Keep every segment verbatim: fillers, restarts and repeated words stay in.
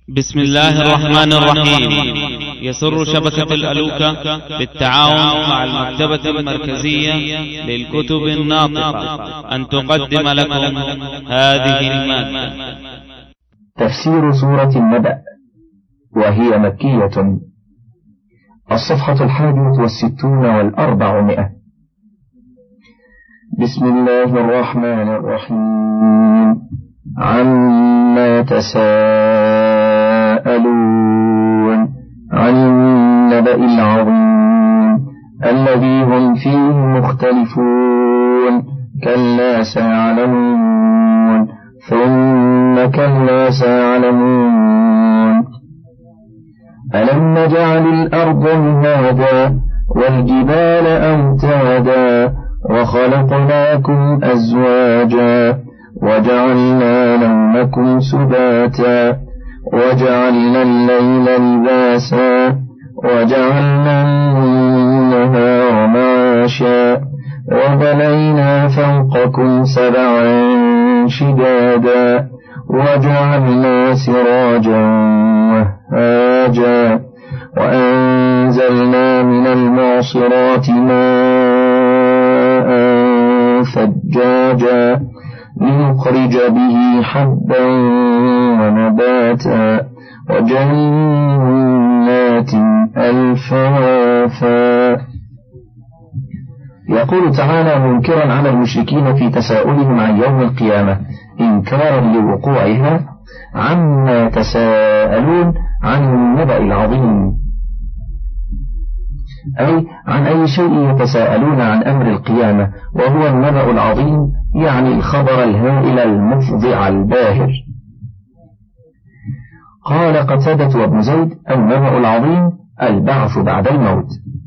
بسم الله الرحمن الرحيم. يسر شبكة الألوكة بالتعاون مع المكتبة المركزية للكتب الناطقة أن تقدم لكم هذه المادة. تفسير سورة النبأ، وهي مكية. الصفحة الحادية والستون والأربعمائة. بسم الله الرحمن الرحيم. عما يتساءلون عن النبأ العظيم الذي هم فيه مختلفون كلا سيعلمون ثم كلا سيعلمون. ألم نجعل الأرض مهادا والجبال أوتادا وخلقناكم أزواجا وجعلنا نومكم سباتا وجعلنا الليل لباسا وجعلنا النهار معاشا وبنينا فوقكم سبعا شدادا وجعلنا سراجا وهاجا وأنزلنا من المعصرات ماء ثجاجا لنخرج به حبا ونباتا وجنات ألفافا. يقول تعالى منكرا على المشركين في تساؤلهم عن يوم القيامة إنكارا لوقوعها، عما يتساءلون عن النبأ العظيم، أي عن أي شيء يتساءلون عن أمر القيامة، وهو النبأ العظيم، يعني الخبر الهائل المفضع الباهر. قال قتادة وابن زيد: النبأ العظيم البعث بعد الموت.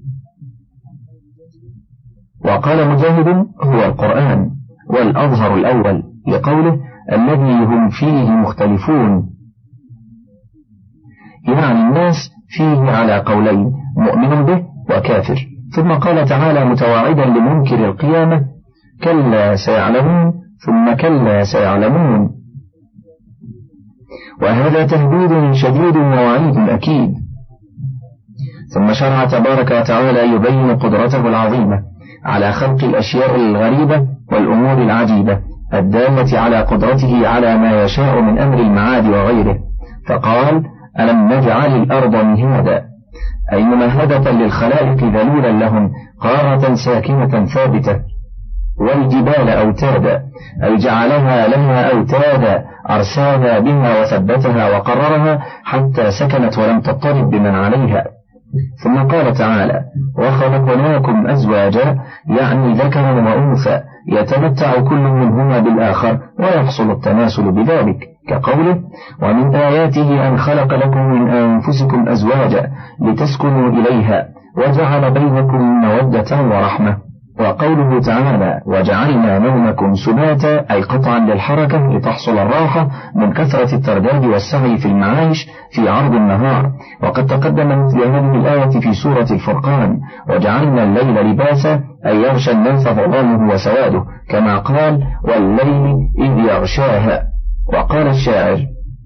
وقال مجاهد: هو القرآن، والأظهر الأول لقوله الذي هم فيه مختلفون، يعني الناس فيه على قولين، مؤمن به وكافر. ثم قال تعالى متواعدا لمنكر القيامة: كلا سيعلمون ثم كلا سيعلمون. وهذا تهديد شديد ووعيد أكيد. ثم شرع تبارك وتعالى يبين قدرته العظيمة على خلق الأشياء الغريبة والأمور العجيبة الدالة على قدرته على ما يشاء من أمر المعاد وغيره، فقال: ألم نجعل الأرض مهادا، أي ممهدة للخلائق ذلولا لهم قارة ساكنة ثابتة، والجبال أوتادا، أي جعلها لها أوتادا أرساها بها وثبتها وقررها حتى سكنت ولم تضطرب بمن عليها. ثم قال تعالى: وخلقناكم أزواجا، يعني ذكرا وأنثى يتمتع كل منهما بالآخر ويحصل التناسل بذلك، كقوله: ومن آياته أن خلق لكم من أنفسكم أزواجا لتسكنوا إليها وجعل بينكم مودة ورحمة. وقوله تعالى: وجعلنا نومكم سباتا، أي قطعا للحركة لتحصل الراحة من كثرة الترداد والسعي في المعايش في عرض النهار. وقد تقدم مثل هذه الآية في سورة الفرقان: وجعلنا الليل لباسا، أي يغشى الناس ظلامه وسواده، كما قال: والليل إذ يغشاها. وقال الشاعر: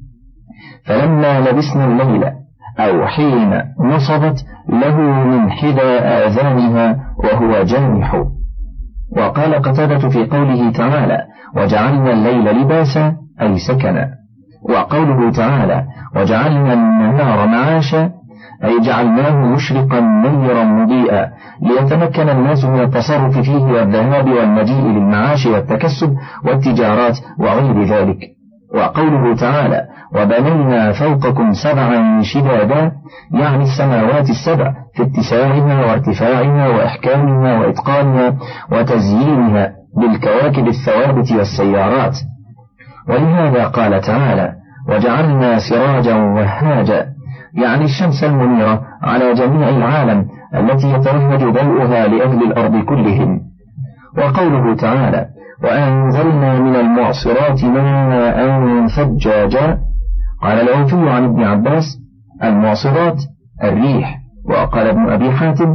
فلما لبسنا الليل، أو حين نصبت له من حدى آذانها وهو جانح. وقال قتادة في قوله تعالى: وجعلنا الليل لباسا، أي سكنا. وقوله تعالى: وجعلنا النهار معاشا، أي جعلناه مشرقا منيرا مضيئا ليتمكن الناس من التصرف فيه والذهاب والمجيء للمعاش والتكسب والتجارات وغير ذلك. وقوله تعالى: وبنينا فوقكم سبعا شدادا، يعني السماوات السبع في اتساعها وارتفاعها وإحكامها وإتقانها وتزيينها بالكواكب الثوابت والسيارات. ولهذا قال تعالى: وجعلنا سراجا وهاجا، يعني الشمس المنيرة على جميع العالم التي يتوهج ضوءها لأهل الأرض كلهم. وقوله تعالى: وأنزلنا من المعصرات ماء ثجاجا، قال العوفي عن ابن عباس: المعصرات الريح. وقال ابن أبي حاتم: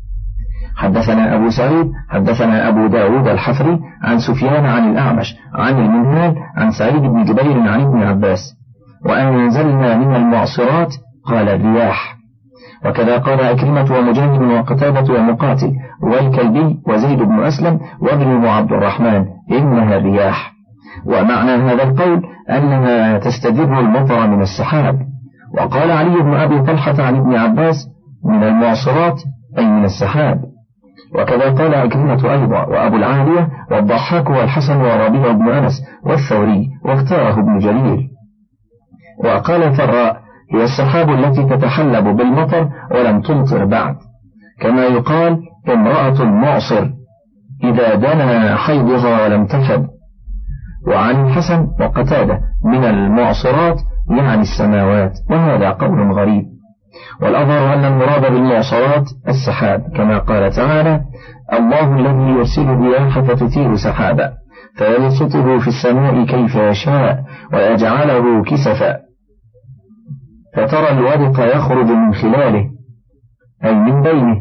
حدثنا أبو سعيد حدثنا أبو داود الحفري عن سفيان عن الأعمش عن المنهال عن سعيد بن جبير عن ابن عباس: وأنزلنا من المعصرات قال الرياح. وكذا قال أكرمة ومجاهد وقتادة ومقاتل والكلبي وزيد بن أسلم وابن عبد الرحمن إنها الرياح. ومعنى هذا القول أنها تستدر المطر من السحاب. وقال علي بن أبي طلحة عن ابن عباس من المعصرات أي من السحاب. وكذا قال أكرمة أيضا وأبو العالية والضحاك والحسن وربيع بن أنس والثوري واختاره ابن جرير. وقال الفراء هي السحاب التي تتحلب بالمطر ولم تمطر بعد، كما يقال امرأة معصر إذا دنا حيضها ولم تفد. وعن الحسن وقتادة من المعصرات يعني السماوات، وهذا قول غريب. والأظهر أن المراد بالمعصرات السحاب، كما قال تعالى الله الذي يرسل الرياح فتثير سحابا فيبسطه في السماء كيف يشاء ويجعله كسفا فترى الودق يخرج من خلاله أي من بينه.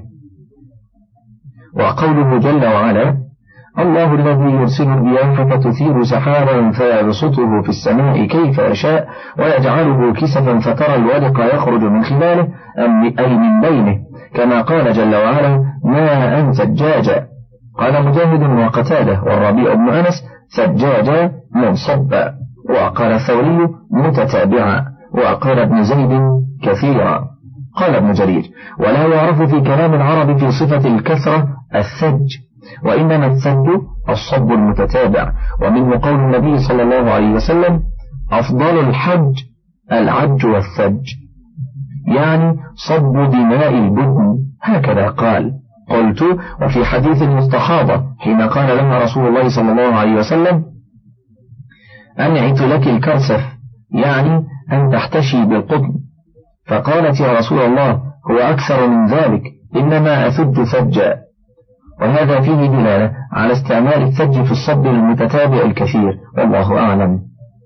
وقوله جل وعلا الله الذي يرسل الرياح فتثير سحابا فيبسطه في السماء كيف يشاء ويجعله كسفا فترى الودق يخرج من خلاله أي من بينه، كما قال جل وعلا ماء ثجاجا. قال مجاهد وقتاده والربيع بن أنس ثجاجا منصبا. وقال الثوري متتابعا. وقال ابن زيد كثيرا. قال ابن جرير ولا يعرف في كلام العرب في صفة الكثرة الثج، وإنما الثج الصب المتتابع. ومنه قول النبي صلى الله عليه وسلم أفضل الحج العج والثج، يعني صب دماء البدن، هكذا قال. قلت وفي حديث المستحاضة حين قال لها رسول الله صلى الله عليه وسلم أنعت لك الكرسف، يعني أن تحتشي بالقطن، فقالت يا رسول الله هو أكثر من ذلك إنما أثج ثجا. وهذا فيه دلالة على استعمال الثج في الصب المتتابع الكثير، والله أعلم.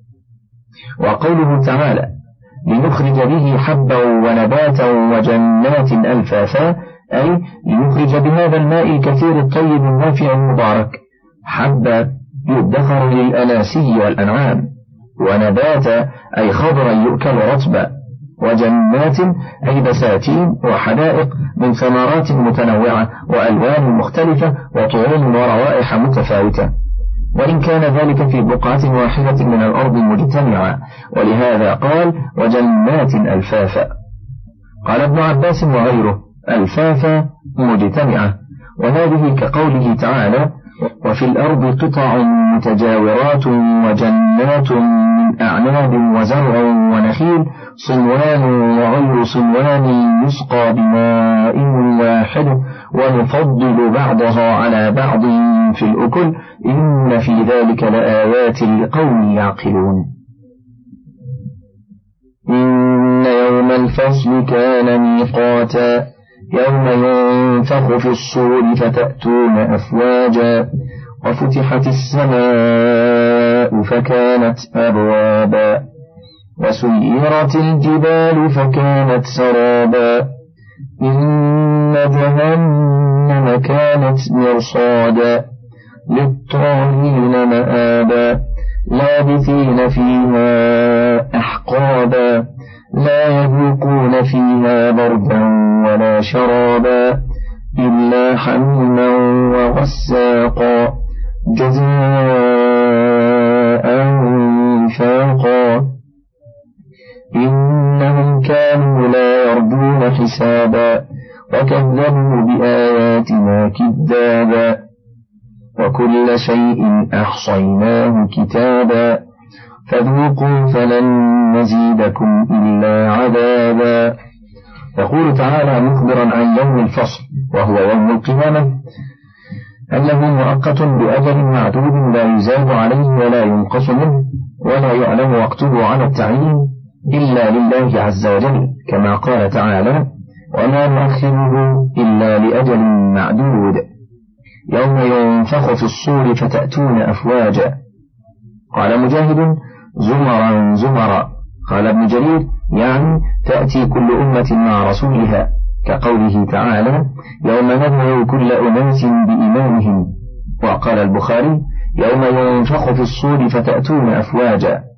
وقوله تعالى لنخرج به حبا ونباتا وجنات ألفافا، أي لنخرج بهذا الماء الكثير الطيب النافع المبارك حبا يدخر للأناسي والأنعام، ونباتا أي خضرا يؤكل رطبا، وجنات أي بساتين وحدائق من ثمرات متنوعة وألوان مختلفة وطعوم وروائح متفاوتة، وإن كان ذلك في بقعة واحدة من الأرض مجتمعة، ولهذا قال وجنات ألفافا. قال ابن عباس وغيره ألفافا مجتمعة، وهذه كقوله تعالى وفي الأرض قطع متجاورات وجنات من أعناب وزرع ونخيل صنوان وغير صنوان يسقى بماء واحد ونفضل بعضها على بعض في الأكل إن في ذلك لآيات لقوم يعقلون. إن يوم الفصل كان ميقاتا يوم ينفخ في الصور فتأتون أفواجا وفتحت السماء فكانت أبوابا وسيرت الجبال فكانت سرابا إن جهنم كانت مرصادا للطاغين مآبا لابثين فيها أحقابا لا يذوقون فيها بردا ولا شرابا إلا حميما وغساقا جزاء وفاقا إنهم كانوا لا يرجون حسابا وكذبوا بآياتنا كذابا وكل شيء أحصيناه كتابا فذوقوا فلن نزيدكم إلا عذابا. يقول تعالى مخبرا عن يوم الفصل وهو يوم القيامة أنه مؤقت بأجل معدود لا يزاد عليه ولا ينقص منه ولا يعلم وقته على التعيين إلا لله عز وجل، كما قال تعالى وما نؤخره إلا لأجل معدود. يوم ينفخ في الصور فتأتون أفواجا. قال مجاهد زمرا زمرا. قال ابن جرير يعني تأتي كل أمة مع رسولها، كقوله تعالى يوم ندعو كل أناس بإمامهم. وقال البخاري يوم ينفخ في الصور فتأتون أفواجا.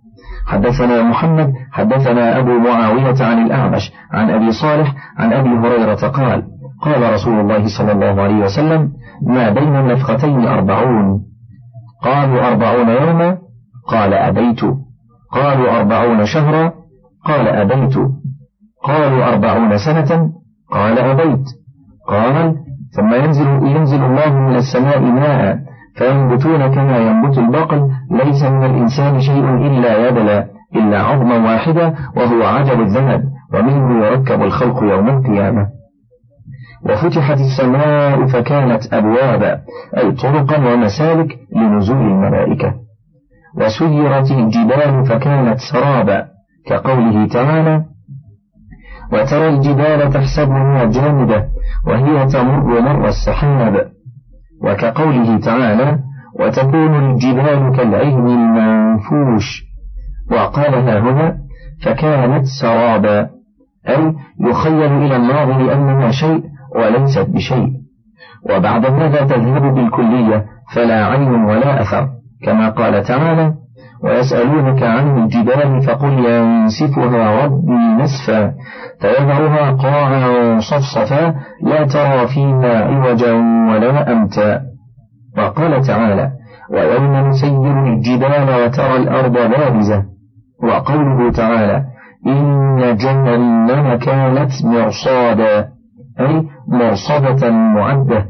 حدثنا محمد حدثنا أبو معاوية عن الأعمش عن أبي صالح عن أبي هريرة قال قال رسول الله صلى الله عليه وسلم ما بين النفختين أربعون. قالوا أربعون يوما قال أبيت. قالوا أربعون شهرا قال أبيت. قالوا أربعون سنة قال أبيت. قال ثم ينزل, ينزل الله من السماء ماء فينبتون كما ينبت البقل ليس من الإنسان شيء إلا يبلى إلا عظما واحدة وهو عجب الذهب ومنه يركب الخلق يوم القيامة. وفتحت السماء فكانت أبوابا أي طرقا ومسالك لنزول الملائكة. وسيرت الجبال فكانت سرابا كقوله تعالى وترى الجبال تحسبها جامدة وهي تمر مر السحاب، وكقوله تعالى وتكون الجبال كالعهن المنفوش. وقال ها هنا فكانت سرابا أي يخيل إلى الناظر أنها شيء وليست بشيء. وبعد هذا تذهب بالكلية فلا عين ولا أثر كما قال تعالى ويسألونك عن الجبال فقل ينسفها ربي نسفا فيذرها قاعا صفصفا لا ترى فيها عوجا ولا أمتا. وقال تعالى ويوم نسير الجبال وترى الأرض بارزة. وقوله تعالى إن جهنم كانت مرصادا أي مرصدة معدة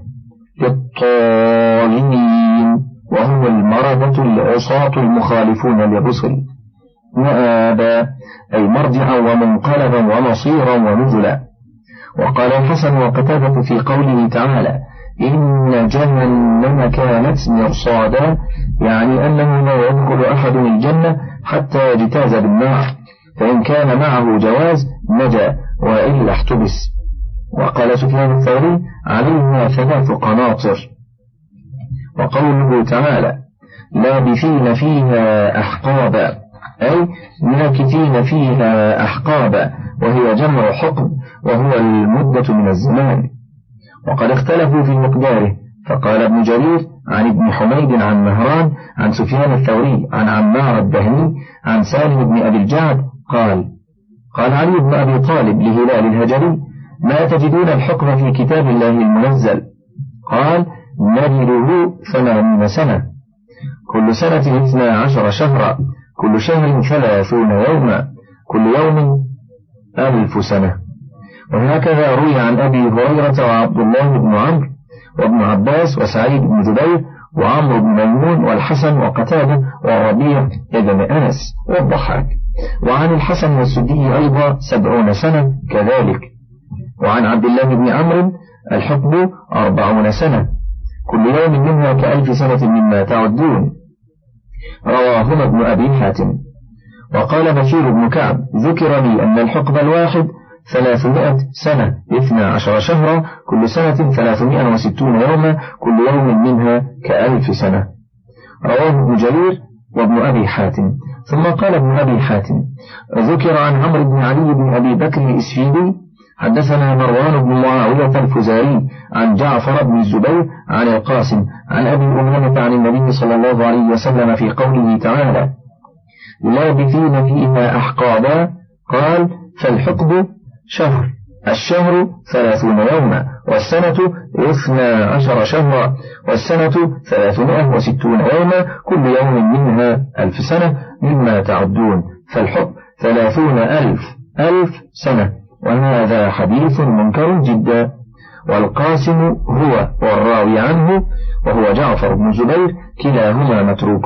للطاغين وهو المردة العصاة المخالفون للرسل. مآبا أي مرجعا ومنقلبا ومصيرا ونزلا. وقال الحسن وقتادة في قوله تعالى إن جهنم كانت مرصادا يعني أنه لا يدخل أحد الجنة حتى يجتاز بالنار فإن كان معه جواز نجا وإلا احتبس. وقال سفيان الثوري عليها ثلاث قناطر. وقوله تعالى لابثين فيها أحقابا أي ماكثين فيها أحقابا وهي جمع حقب وهو المدة من الزمان. وقد اختلفوا في مقداره فقال ابن جرير عن ابن حميد عن مهران عن سفيان الثوري عن عمار الدهني عن سالم بن أبي الجعد قال قال علي بن أبي طالب لهلال الهجري ما تجدون الحكم في كتاب الله المنزل؟ قال نجده ثمانين سنة كل سنة اثنا عشر شهرا كل شهر ثلاثون يوما كل يوم ألف سنة. وهكذا روي عن أبي هريرة وعبد الله بن عمرو وابن عباس وسعيد بن جبير وعمرو بن ميمون والحسن وقتادة والربيع ابن أنس والضحاك. وعن الحسن والسدي أيضا سبعون سنة كذلك. وعن عبد الله بن عمرو الحكم أربعون سنة كل يوم منها كألف سنة مما تعدون. رواهما ابن أبي حاتم. وقال بشير بن كعب ذكر لي أن الحكم الواحد ثلاثمائة سنة اثنا عشر شهرا كل سنة ثلاثمائة وستون يوما كل يوم منها كألف سنة. رواه ابن جرير وابن أبي حاتم. ثم قال ابن أبي حاتم ذكر عن عمرو بن علي بن أبي بكر الإسفيدي حدثنا مروان بن معاوية الفزاري عن جعفر بن الزبير عن القاسم عن أبي أمامة عن النبي صلى الله عليه وسلم في قوله تعالى لابثين فيها أحقابا قال فالحقب شهر الشهر ثلاثون يوما والسنة اثنا عشر شهرا والسنة ثلاثمائة وستون يوما كل يوم منها ألف سنة مما تعدون فالحقب ثلاثون ألف ألف سنة. وهذا حديث منكر جدا. والقاسم هو والراوي عنه وهو جعفر بن زبير كلاهما متروك.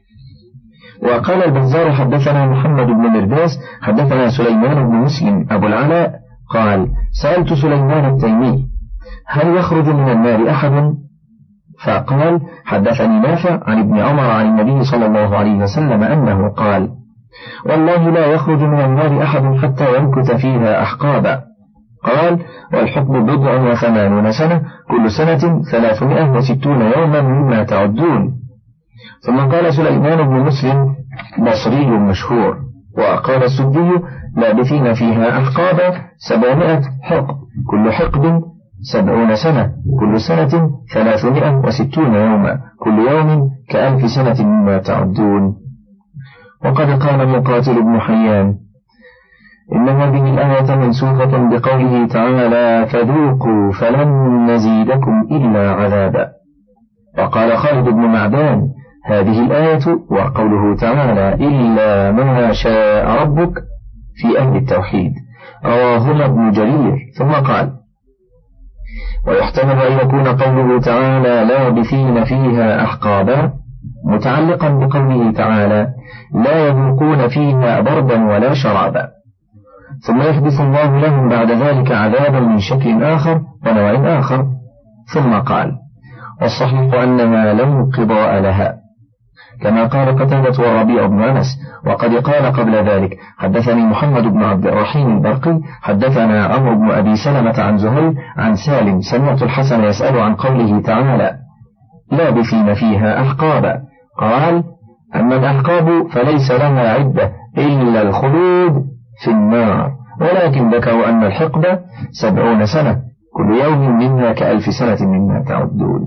وقال البزار حدثنا محمد بن مرداس حدثنا سليمان بن مسلم أبو العلاء قال سألت سليمان التيمي هل يخرج من النار أحد؟ فقال حدثني نافع عن ابن عمر عن النبي صلى الله عليه وسلم أنه قال والله لا يخرج من النار أحد حتى يمكث فيها أحقابا. قال والحكم بضع وثمانون سنة كل سنة ثلاثمائة وستون يوما مما تعدون. ثم قال سليمان بن مسلم بصري مشهور. وقال السدي لابثين فيها أحقابا سبعمائة حقب كل حقب سبعون سنة كل سنة ثلاثمائة وستون يوما كل يوم كألف سنة مما تعدون. وقد قال مقاتل بن حيان إن هذه الآية منسوخة بقوله تعالى فذوقوا فلن نزيدكم إلا عذابا. وقال خالد بن معدان هذه الآية وقوله تعالى إلا ما شاء ربك في أهل التوحيد، رواهما ابن جرير. ثم قال ويحتمل أن يكون قوله تعالى لابثين فيها أحقابا متعلقا بقوله تعالى لا يذوقون فيها بردا ولا شرابا، ثم يحدث الله لهم بعد ذلك عذابا من شكل آخر ونوع آخر. ثم قال والصحيح أنها لا انقضاء لها، كما قال قتادة والربيع بن أنس. وقد قال قبل ذلك حدثني محمد بن عبد الرحيم البرقي حدثنا عمرو بن أبي سلمة عن زهير عن سالم سمعت الحسن يسأل عن قوله تعالى لابثين فيها أحقابا، قال أما الأحقاب فليس لها عدة إلا الخلود في النار، ولكن ذكروا أن الحقبة سبعون سنة كل يوم منها كألف سنة مما تعدون.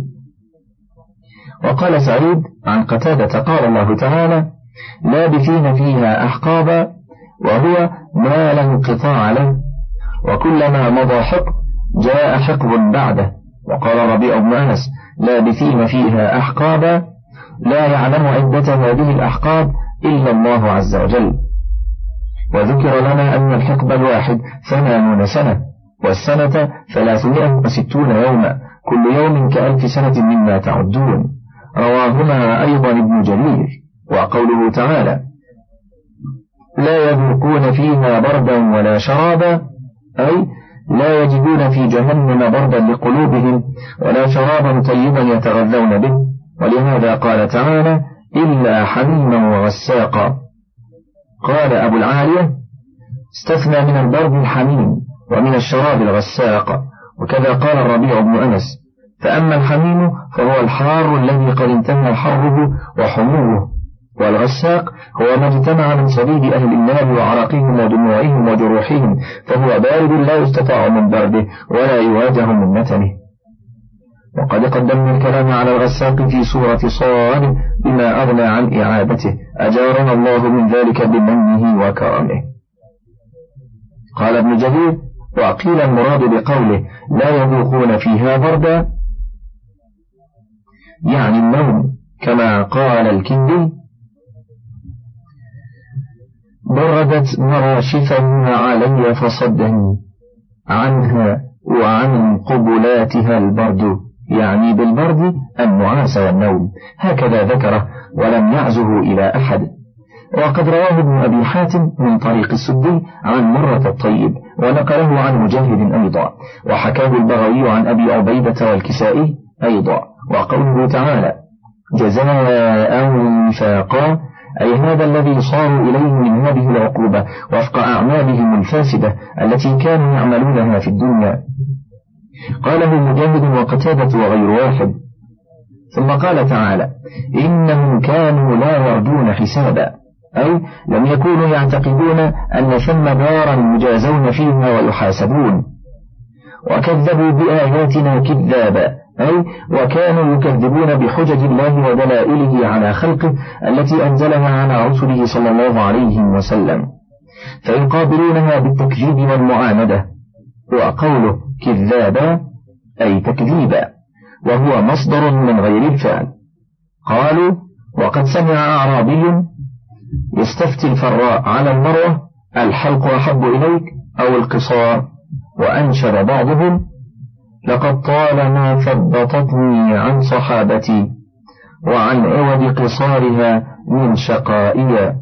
وقال سعيد عن قتادة قال الله تعالى لابثين فيها أحقابا وهو ما لا انقطاع له، وكلما مضى حقب جاء حقب بعده. وقال ربيع بن أنس لابثين فيها أحقابا لا يعلم عدة هذه الأحقاب إلا الله عز وجل. وذكر لنا أن الحقب الواحد ثمانون سنة والسنة ثلاثمائة وستون يوما كل يوم كألف سنة مما تعدون، رواهما أيضا ابن جرير. وقوله تعالى لا يذوقون فيها بردا ولا شرابا أي لا يجدون في جهنم بردا لقلوبهم ولا شرابا طيبا يتغذون به، ولهذا قال تعالى إلا حميما وغساقا. قال أبو العالية استثنى من البرد الحميم ومن الشراب الغساق، وكذا قال الربيع بن أنس فأما الحميم فهو الحار الذي قد انتهى حره وحموه، والغساق هو ما اجتمع من صديد أهل النار وعرقهم ودموعهم وجروحهم فهو بارد لا يستطاع من برده ولا يواجه من نتنه. وقد قدمنا الكلام على الغساق في سورة صاد بما أغنى عن إعادته، أجارنا الله من ذلك بمنه وكرمه. قال ابن جرير وقيل المراد بقوله لا يذوقون فيها بردا يعني النوم، كما قال الكندي بردت مراشفها علي فصدني عنها وعن قبلاتها البرد، يعني بالبرد النعاس والنوم، هكذا ذكره ولم يعزه إلى أحد. وقد رواه ابن أبي حاتم من طريق السدي عن مرة الطيب ونقله عن مجاهد أيضا، وحكاه البغوي عن أبي عبيدة والكسائي أيضا. وقوله تعالى جزاء وفاقا أي هذا الذي صاروا إليه من هذه العقوبة وفق أعمالهم الفاسدة التي كانوا يعملونها في الدنيا. قاله مجاهد وقتادة وغير واحد. ثم قال تعالى إنهم كانوا لا يرجون حسابا أي لم يكونوا يعتقدون أن ثم دارا يجازون فيها ويحاسبون، وكذبوا بآياتنا كذابا أي وكانوا يكذبون بحجج الله ودلائله على خلقه التي أنزلها على رسله صلى الله عليه وسلم، فيقابلونها بالتكذيب والمعاندة. وقوله كذابا أي تكذيبا وهو مصدر من غير الفعل. قالوا وقد سمع أعرابي يستفتي الفراء على المروة الحلق أحب إليك أو القصار، وأنشد بعضهم لقد طالما ثبطتني عن صحابتي وعن عوض قصارها من شقائيا.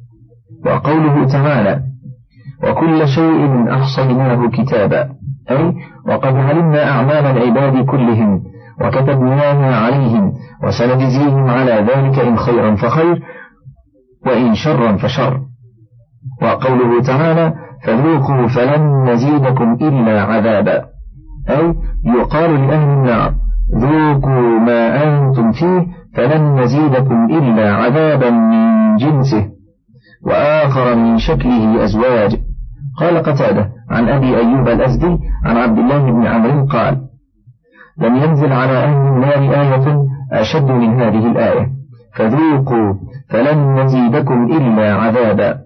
وقوله تعالى وكل شيء أحصيناه كتابا أي وقد علمنا أعمال العباد كلهم وكتبناها عليهم وسنجزيهم على ذلك إن خيرا فخير وإن شرا فشر. وقوله تعالى فذوقوا فلن نزيدكم إلا عذابا أي يقال لأهل النار ذوقوا ما أنتم فيه فلن نزيدكم إلا عذابا من جنسه وآخر من شكله أزواج. قال قتادة عن أبي أيوب الأزدي عن عبد الله بن عمرو قال لم ينزل على أهل النار آية أشد من هذه الآية، فذوقوا فلن نزيدكم إلا عذابا.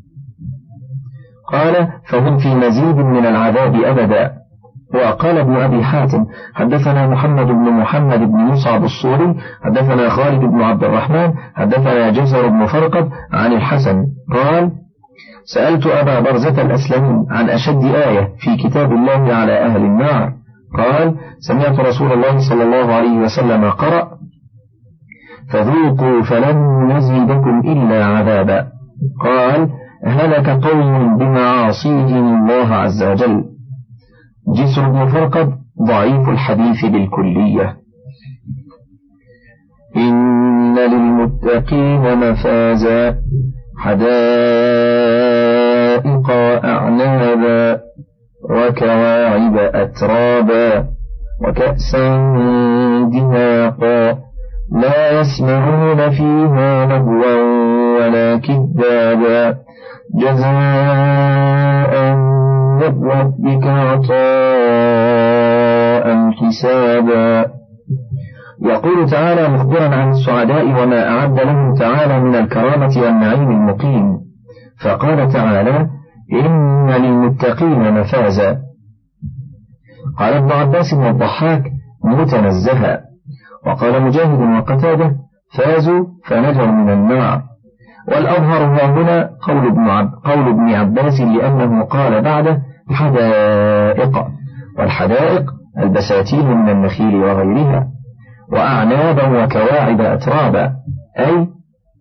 قال فهم في مزيد من العذاب أبدا. وقال ابن أبي حاتم حدثنا محمد بن محمد بن مصعب الصوري حدثنا خالد بن عبد الرحمن حدثنا جزر بن فرقد عن الحسن قال سألت أبا برزة الأسلمي عن أشد آية في كتاب الله على أهل النار. قال سمعت رسول الله صلى الله عليه وسلم قرأ فذوقوا فلن نزيدكم إلا عذابا. قال هلك قوم بمعاصيهم الله عز وجل. جسر بن فرقد ضعيف الحديث بالكلية. إن للمتقين مفازا حدائق أعنابا وكواعب أترابا وكأسا دهاقا لا يسمعون فيها لغوا ولا كذابا جزاء من ربك عطاء حسابا. يقول تعالى مخبرا عن السعداء وما أعد لهم تعالى من الكرامة والنعيم المقيم، فقال تعالى إن للمتقين مفازا. قال ابن عباس والضحاك متنزها. وقال مجاهد وقتاده فازوا فنجوا من النار. والأظهر هنا قول ابن, عب قول ابن عباس لأنه قال بعده حدائق، والحدائق البساتين من النخيل وغيرها، وأعنابا وكواعب أترابا أي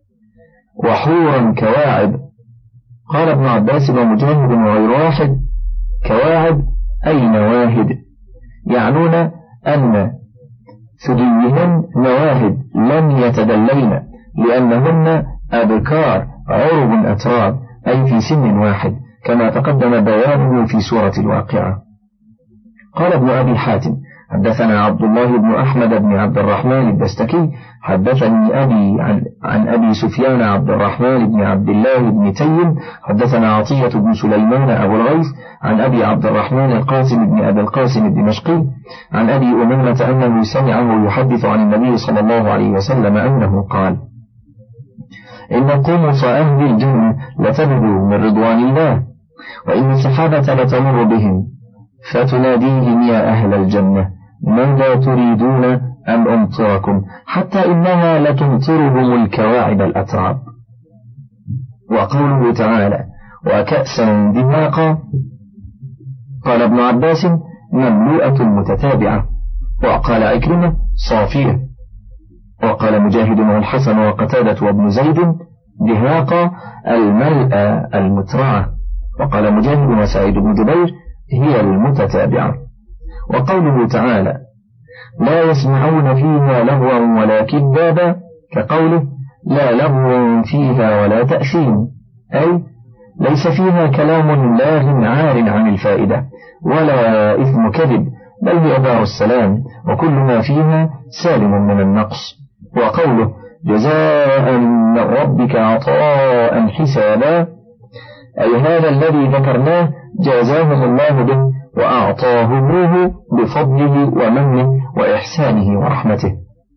وحورا كواعب. قال ابن عباس ومجاهد وغير واحد كواعب أي نواهد، يعنون أن ثديهن نواهد لم يتدلين لأنهن أبكار عرب أتراب أي في سن واحد كما تقدم بيانه في سورة الواقعة. قال ابن أبي حاتم حدثنا عبد الله بن أحمد بن عبد الرحمن الدستكي حدثني أبي عن, عن أبي سفيان عبد الرحمن بن عبد الله بن تيم حدثنا عطية بن سليمان أبو الغيث عن أبي عبد الرحمن القاسم بن أبي القاسم الدمشقي عن أبي أمامة أنه سمعه يحدث عن النبي صلى الله عليه وسلم أنه قال إن قومص أهل الجنة لتبدو من رضوان الله، وإن السحابة لتمر بهم فتناديهم يا أهل الجنة ماذا تريدون أن أمطركم، حتى إنها لتمطرهم الكواعب الأتراب. وقوله تعالى وكأسا دهاقا قال ابن عباس مملوءة متتابعة، وقال عكرمة صافية، وقال مجاهد والحسن وقتادة وابن زيد دهاقا الملأ المترعة، وقال مجاهد وسعيد بن جبير هي المتتابعة. وقوله تعالى لا يسمعون فيها لغوا ولا كذابا كقوله لا لغو فيها ولا تأثيم، أي ليس فيها كلام لاغ عار عن الفائدة ولا إثم كذب، بل هي دار السلام وكل ما فيها سالم من النقص. وقوله جزاء من ربك عطاء حسابا أي هذا الذي ذكرناه جازاهم الله به وأعطاهموه بفضله ومنه وإحسانه ورحمته.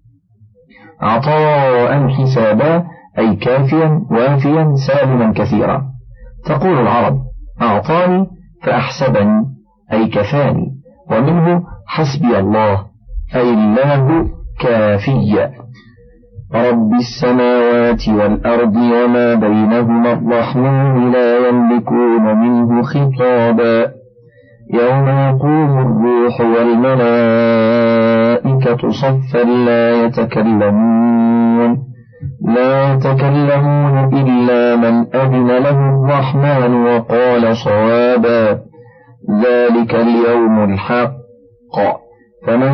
عطاء حسابا أي كافيا وافيا سالما كثيرا. تقول العرب أعطاني فأحسبني أي كفاني، ومنه حسبي الله أي الله كافيا. رب السماوات والأرض وما بينهما الرحمن لا يملكون منه خطابا يوم يقوم الروح والملائكة صفا لا يتكلمون لا يتكلمون إلا من أذن له الرحمن وقال صوابا ذلك اليوم الحق فمن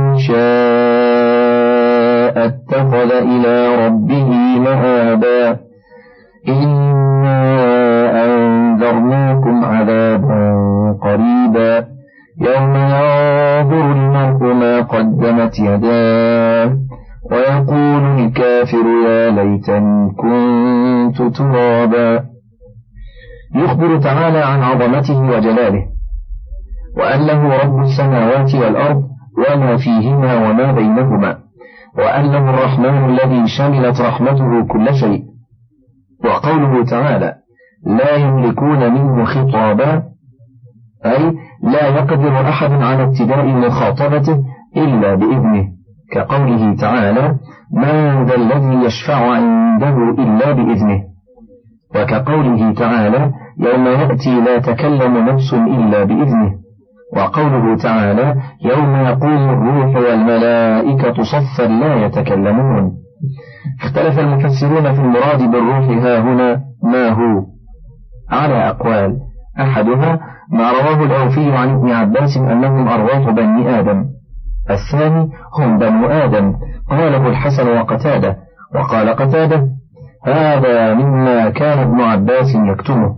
شاء اتخذ إلى ربه مآبا إنا أنذرناكم عذابا قريبا يوم ينظر المرء ما قدمت يداه ويقول الكافر يا ليتني كنت ترابا. يخبر تعالى عن عظمته وجلاله وأنه رب السماوات والأرض وما فيهما وما بينهما، وأنه الرحمن الذي شملت رحمته كل شيء. وقوله تعالى لا يملكون منه خطابا، أي لا يقدر أحد على ابتداء مخاطبته إلا بإذنه، كقوله تعالى من ذا الذي يشفع عنده إلا بإذنه، وكقوله تعالى يوم يأتي لا تكلم نفس إلا بإذنه، وقوله تعالى يوم يقوم الروح والملائكة صفا لا يتكلمون. اختلف المفسرون في المراد بالروح ها هنا ما هو على أقوال، أحدها ما رواه الأوفي عن ابن عباس أنهم أرواح بني آدم، الثاني هم بنو آدم، قاله الحسن وقتادة، وقال قتادة هذا مما كان ابن عباس يكتمه،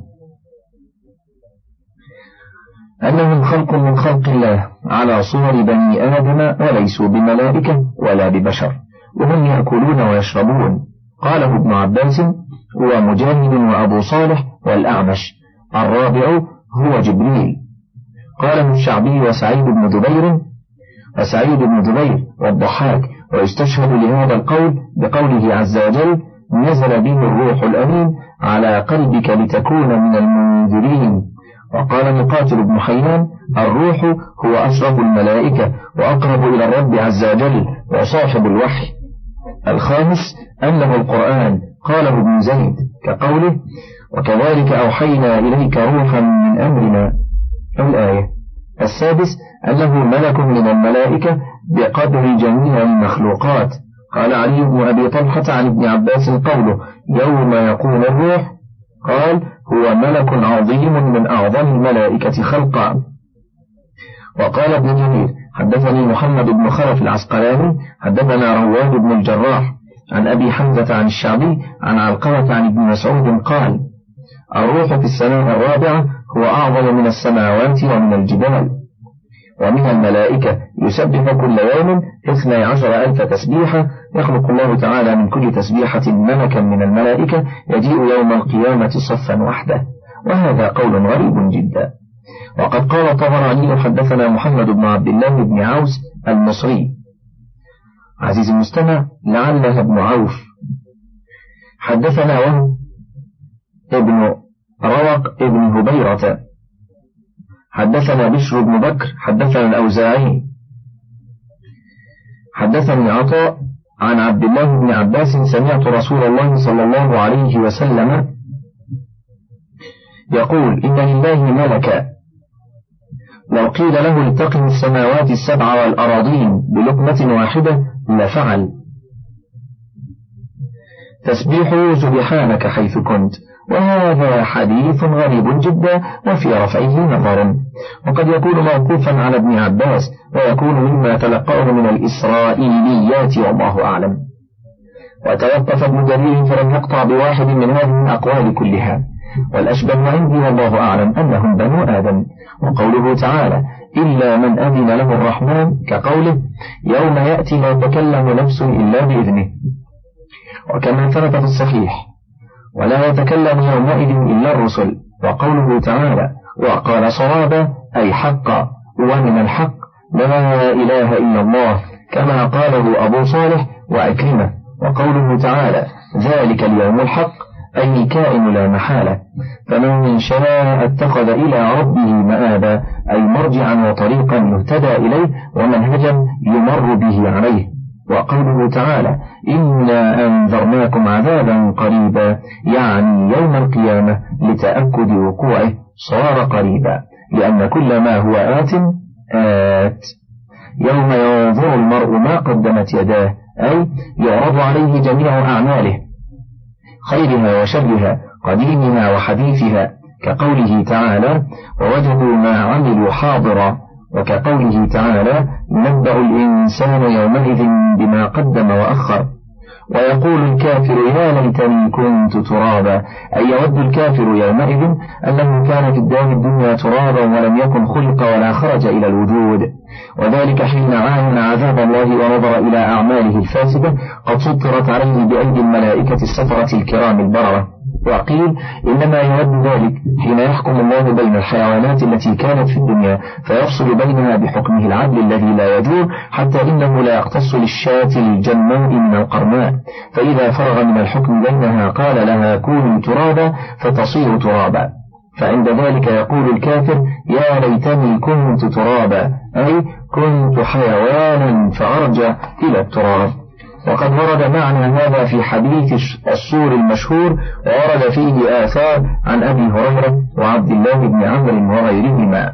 أنهم خلق من خلق الله على صور بني آدم وليسوا بملائكة ولا ببشر، وهم يأكلون ويشربون. قاله ابن عباس ومجاهد وأبو صالح والأعمش، الرابع هو جبريل. قاله الشعبي وسعيد بن جبير وسعيد بن جبير والضحاك، ويستشهد لهذا القول بقوله عز وجل نزل به الروح الأمين على قلبك لتكون من المنذرين. وقال مقاتل بن حيان الروح هو أشرف الملائكة وأقرب إلى الرب عز وجل وصاحب الوحي. الخامس أنه القرآن، قاله ابن زيد كقوله وكذلك أوحينا إليك روحا من أمرنا الآية. السادس أنه ملك من الملائكة بقدر جميع المخلوقات. قال علي بن أبي طلحة عن ابن عباس قوله يوم يقوم الروح، قال هو ملك عظيم من أعظم الملائكة خلقا. وقال ابن جرير حدثني محمد بن خلف العسقلاني حدثنا رواد بن الجراح عن أبي حمزة عن الشعبي عن علقمة عن ابن مسعود قال الروح في السماء الرابعة هو أعظم من السماوات ومن الجبال. ومن الملائكة يسبح كل يوم اثني عشر ألف تسبيحة، يخلق الله تعالى من كل تسبيحة ملكا من الملائكة يجيء يوم القيامة صفا وحده، وهذا قول غريب جدا. وقد قال الطبراني حدثنا محمد بن عبد الله بن عوس المصري. عزيزي المستمع لعلها ابن عوف. حدثنا وهب ابن روق ابن هبيرة حدثنا بشر بن بكر حدثنا الأوزاعي حدثني عطاء عن عبد الله بن عباس سمعت رسول الله صلى الله عليه وسلم يقول إن لله ملكا لو قيل له التقم السماوات السبع والأراضين بلقمة واحدة لفعل. تسبيحه سبحانك حيث كنت. وهذا حديث غريب جدا وفي رفعه نظر، وقد يكون موقوفا على ابن عباس ويكون مما تلقاه من الإسرائيليات والله أعلم. وتوقف ابن جرير فلم يقطع بواحد من هذه الأقوال كلها، والأشبه عندي والله أعلم أنهم بنو آدم. وقوله تعالى إلا من أذن له الرحمن كقوله يوم يأتي لا تكلم نفس إلا بإذنه، وكما ثبت في الصحيح ولا يتكلم يومئذ إلا الرسل. وقوله تعالى وقال صوابا أي حقا ومن الحق لا إله إلا الله كما قاله أبو صالح وأكرمه. وقوله تعالى ذلك اليوم الحق أي كائن لا محالة، فمن شاء اتخذ إلى ربه مآبا أي مرجعا وطريقا يهتدى إليه ومنهجا يمر به عليه. وقوله تعالى إنا أنذرناكم عذابا قريبا يعني يوم القيامة لتأكد وقوعه صار قريبا، لأن كل ما هو آت آت. يوم ينظر المرء ما قدمت يداه أي يعرض عليه جميع أعماله خيرها وشرها قديمها وحديثها، كقوله تعالى ووجدوا ما عملوا حاضرا، وكقوله تعالى ينبأ الإنسان يومئذ بما قدم وأخر. ويقول الكافر يا ليتني كنت ترابا أي يود الكافر يومئذ أنه كان في الدار الدنيا ترابا ولم يكن خلق ولا خرج إلى الوجود، وذلك حين عاين عذاب الله ونظر إلى أعماله الفاسدة قد سطرت عليه بأيدي الملائكة السفرة الكرام البررة. وقيل إنما يود ذلك حين يحكم الله بين الحيوانات التي كانت في الدنيا فيفصل بينها بحكمه العدل الذي لا يجور، حتى إنه لا يقتص للشاة الجماء من القرناء، فإذا فرغ من الحكم بينها قال لها كوني ترابا فتصير ترابا، فعند ذلك يقول الكافر يا ليتني كنت ترابا، أي كنت حيوانا فأرجع إلى التراب. وقد ورد معنى هذا في حديث الصور المشهور، وورد فيه آثار عن أبي هريرة وعبد الله بن عمرو وغيرهما.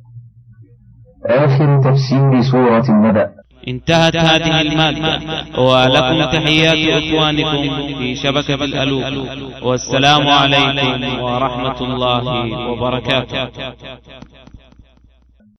آخر تفسير سورة النبأ. انتهت هذه المادة، ولكم تحيات إخوانكم في شبكة الألوك، والسلام عليكم ورحمة الله وبركاته.